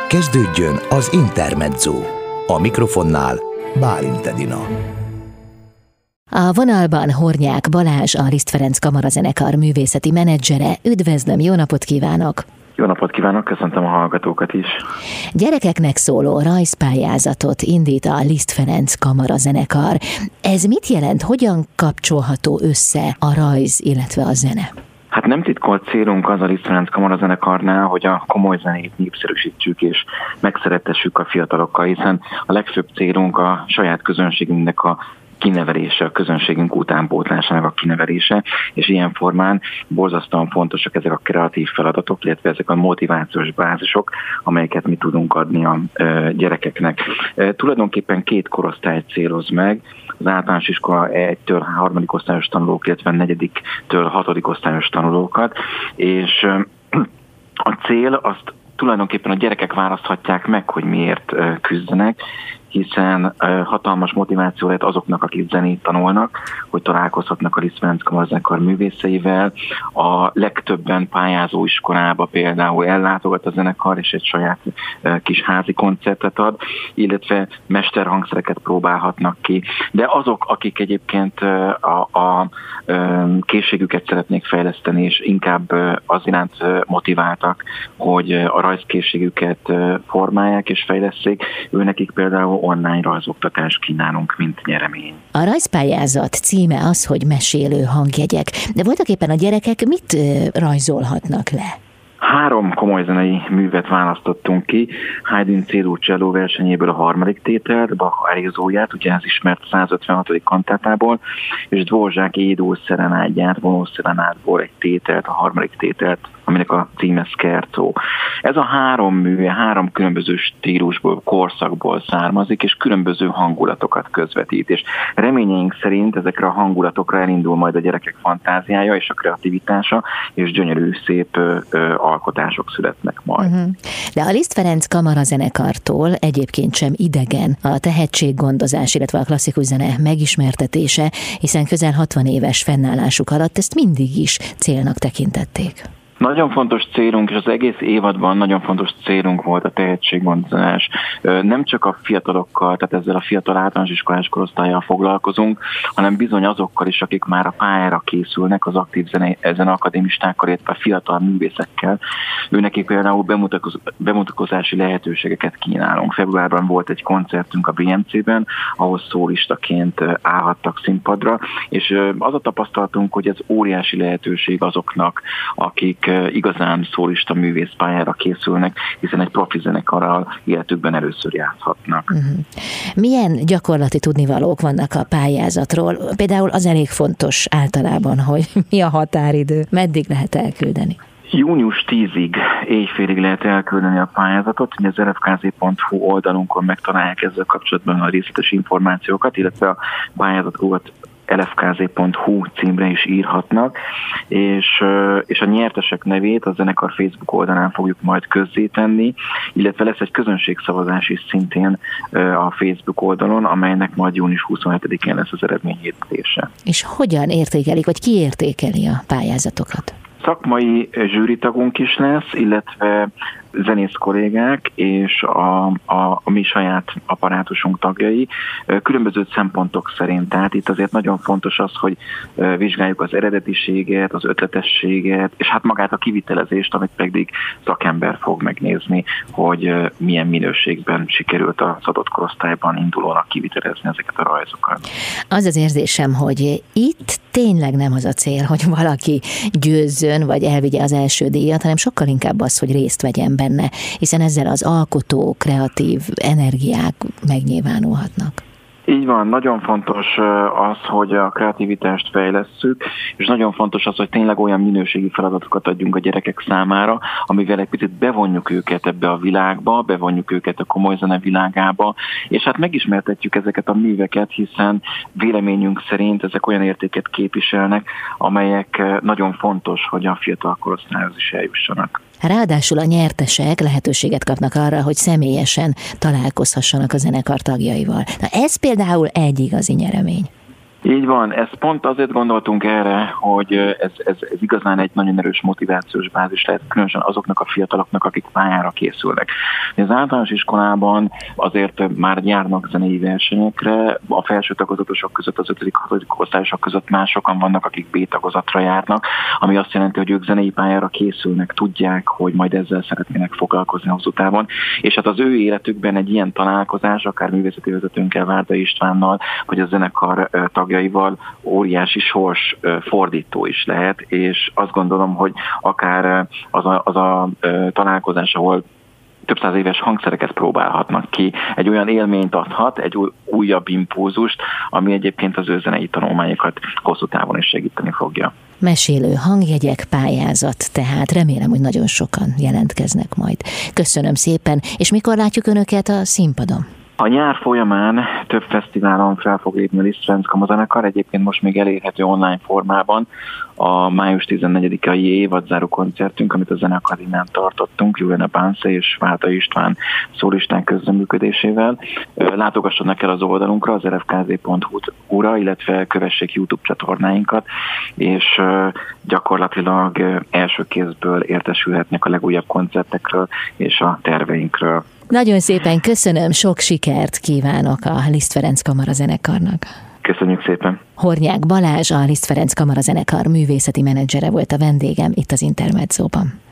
Kezdődjön az Intermezzo. A mikrofonnál Bálint Edina. A vonalban Hornyák Balázs, a Liszt Ferenc Kamarazenekar művészeti menedzsere. Üdvözlöm, jó napot kívánok! Jó napot kívánok, köszöntöm a hallgatókat is! Gyerekeknek szóló rajzpályázatot indít a Liszt Ferenc Kamarazenekar. Ez mit jelent, hogyan kapcsolható össze a rajz, illetve a zene? Hát nem titkolt célunk az a Liszt Ferenc Kamarazenekarnál, hogy a komoly zenét népszerűsítsük és megszerettessük a fiatalokkal, hiszen a legfőbb célunk a saját közönségünknek a kinevelése, a közönségünk utánpótlásának a kinevelése, és ilyen formán borzasztóan fontosak ezek a kreatív feladatok, illetve ezek a motivációs bázisok, amelyeket mi tudunk adni a gyerekeknek. Tulajdonképpen két korosztályt céloz meg, az általános iskola 1-től 3. osztályos tanulók, illetve 4-től 6. osztályos tanulókat, és a cél azt tulajdonképpen a gyerekek választhatják meg, hogy miért küzdenek, hiszen hatalmas motiváció lehet azoknak, akik zenét tanulnak, hogy találkozhatnak a Liszt Ferenc Kamarazenekar művészeivel. A legtöbben pályázó iskolába például ellátogat a zenekar, és egy saját kis házi koncertet ad, illetve mesterhangszereket próbálhatnak ki. De azok, akik egyébként a készségüket szeretnék fejleszteni, és inkább az iránt motiváltak, hogy a rajzkészségüket formálják és fejlesszék, őnekik például online rajzoktatást kínálunk, mint nyeremény. A rajzpályázat címe az, hogy mesélő hangjegyek. De voltak éppen a gyerekek mit rajzolhatnak le? 3 komoly zenei művet választottunk ki. Haydn C-dur cselló versenyéből a 3. tételt, Bach Arézóját, ugye ez ismert 156. kantátából, és Dvořák E-dur szerenádját, vonószerenádból egy tételt, a 3. tételt, aminek a címe Scherzo. Ez a 3 mű, 3 különböző stílusból, korszakból származik, és különböző hangulatokat közvetít. És reményeink szerint ezekre a hangulatokra elindul majd a gyerekek fantáziája és a kreativitása, és gyönyörű, szép alkotások születnek majd. De a Liszt Ferenc Kamarazenekartól egyébként sem idegen a tehetséggondozás, illetve a klasszikus zene megismertetése, hiszen közel 60 éves fennállásuk alatt ezt mindig is célnak tekintették. Nagyon fontos célunk, és az egész évadban nagyon fontos célunk volt a tehetséggondozás. Nem csak a fiatalokkal, tehát ezzel a fiatal általános iskolás korosztállyal foglalkozunk, hanem bizony azokkal is, akik már a pályára készülnek, az aktív zeneakadémistákkal, illetve a fiatal művészekkel. Őnekik például bemutatkozási lehetőségeket kínálunk. Februárban volt egy koncertünk a BMC-ben, ahol szólistaként állhattak színpadra, és az a tapasztalatunk, hogy ez óriási lehetőség azoknak, akik igazán szólista művészpályára készülnek, hiszen egy profi zenekarral életükben először játszhatnak. Milyen gyakorlati tudnivalók vannak a pályázatról? Például az elég fontos általában, hogy mi a határidő, meddig lehet elküldeni? Június 10-ig éjfélig lehet elküldeni a pályázatot, hogy az rfkz.hu oldalunkon megtalálják ezzel kapcsolatban a részletes információkat, illetve a pályázatokat lfkz.hu címre is írhatnak, és a nyertesek nevét a zenekar Facebook oldalán fogjuk majd közzétenni, illetve lesz egy közönségszavazás is szintén a Facebook oldalon, amelynek majd június 27-én lesz az eredményhirdetése. És hogyan értékelik, vagy ki értékeli a pályázatokat? Szakmai zsűritagunk is lesz, illetve zenész kollégák és a mi saját apparátusunk tagjai különböző szempontok szerint. Tehát itt azért nagyon fontos az, hogy vizsgáljuk az eredetiséget, az ötletességet, és hát magát a kivitelezést, amit pedig szakember fog megnézni, hogy milyen minőségben sikerült az adott korosztályban indulónak kivitelezni ezeket a rajzokat. Az az érzésem, hogy itt tényleg nem az a cél, hogy valaki győzzön, vagy elvigye az első díjat, hanem sokkal inkább az, hogy részt vegyen benne, hiszen ezzel az alkotó, kreatív energiák megnyilvánulhatnak. Így van, nagyon fontos az, hogy a kreativitást fejlesszük, és nagyon fontos az, hogy tényleg olyan minőségi feladatokat adjunk a gyerekek számára, amivel egy picit bevonjuk őket ebbe a világba, bevonjuk őket a komoly zene világába, és hát megismertetjük ezeket a műveket, hiszen véleményünk szerint ezek olyan értéket képviselnek, amelyek nagyon fontos, hogy a fiatal korosztályhoz is eljussanak. Ráadásul a nyertesek lehetőséget kapnak arra, hogy személyesen találkozhassanak a zenekar tagjaival. Na ez például egy igazi nyeremény. Így van, ezt pont azért gondoltunk erre, hogy ez igazán egy nagyon erős motivációs bázis lehet, különösen azoknak a fiataloknak, akik pályára készülnek. Az általános iskolában azért már járnak zenei versenyekre, a felső tagozatosok között, az 5.-6. osztályosok között már sokan vannak, akik B tagozatra járnak, ami azt jelenti, hogy ők zenei pályára készülnek, tudják, hogy majd ezzel szeretnének foglalkozni hosszú távon, és hát az ő életükben egy ilyen találkozás, akár művészeti vezetőnkkel, Várday Istvánnal, vagy a zenekar tagjaival óriási sors fordító is lehet, és azt gondolom, hogy akár az a találkozás, ahol több száz éves hangszereket próbálhatnak ki, egy olyan élményt adhat, egy újabb impulzust, ami egyébként az ő zenei tanulmányokat hosszú távon is segíteni fogja. Mesélő hangjegyek pályázat, tehát remélem, hogy nagyon sokan jelentkeznek majd. Köszönöm szépen, és mikor látjuk Önöket a színpadon? A nyár folyamán több fesztiválon fel fog lépni a Liszt Ferenc Kamarazenekar, egyébként most még elérhető online formában a május 14-i évadzáró koncertünk, amit a Zeneakadémián tartottunk, Juliana Bánsze és Várday István szólisták közreműködésével. Látogassanak el az oldalunkra, az rfkz.hu-ra, illetve kövessék YouTube csatornáinkat, és gyakorlatilag első kézből értesülhetnek a legújabb koncertekről és a terveinkről. Nagyon szépen köszönöm, sok sikert kívánok a Liszt Ferenc Kamarazenekarnak. Köszönjük szépen. Hornyák Balázs, a Liszt Ferenc Kamarazenekar művészeti menedzsere volt a vendégem itt az Intermedzóban.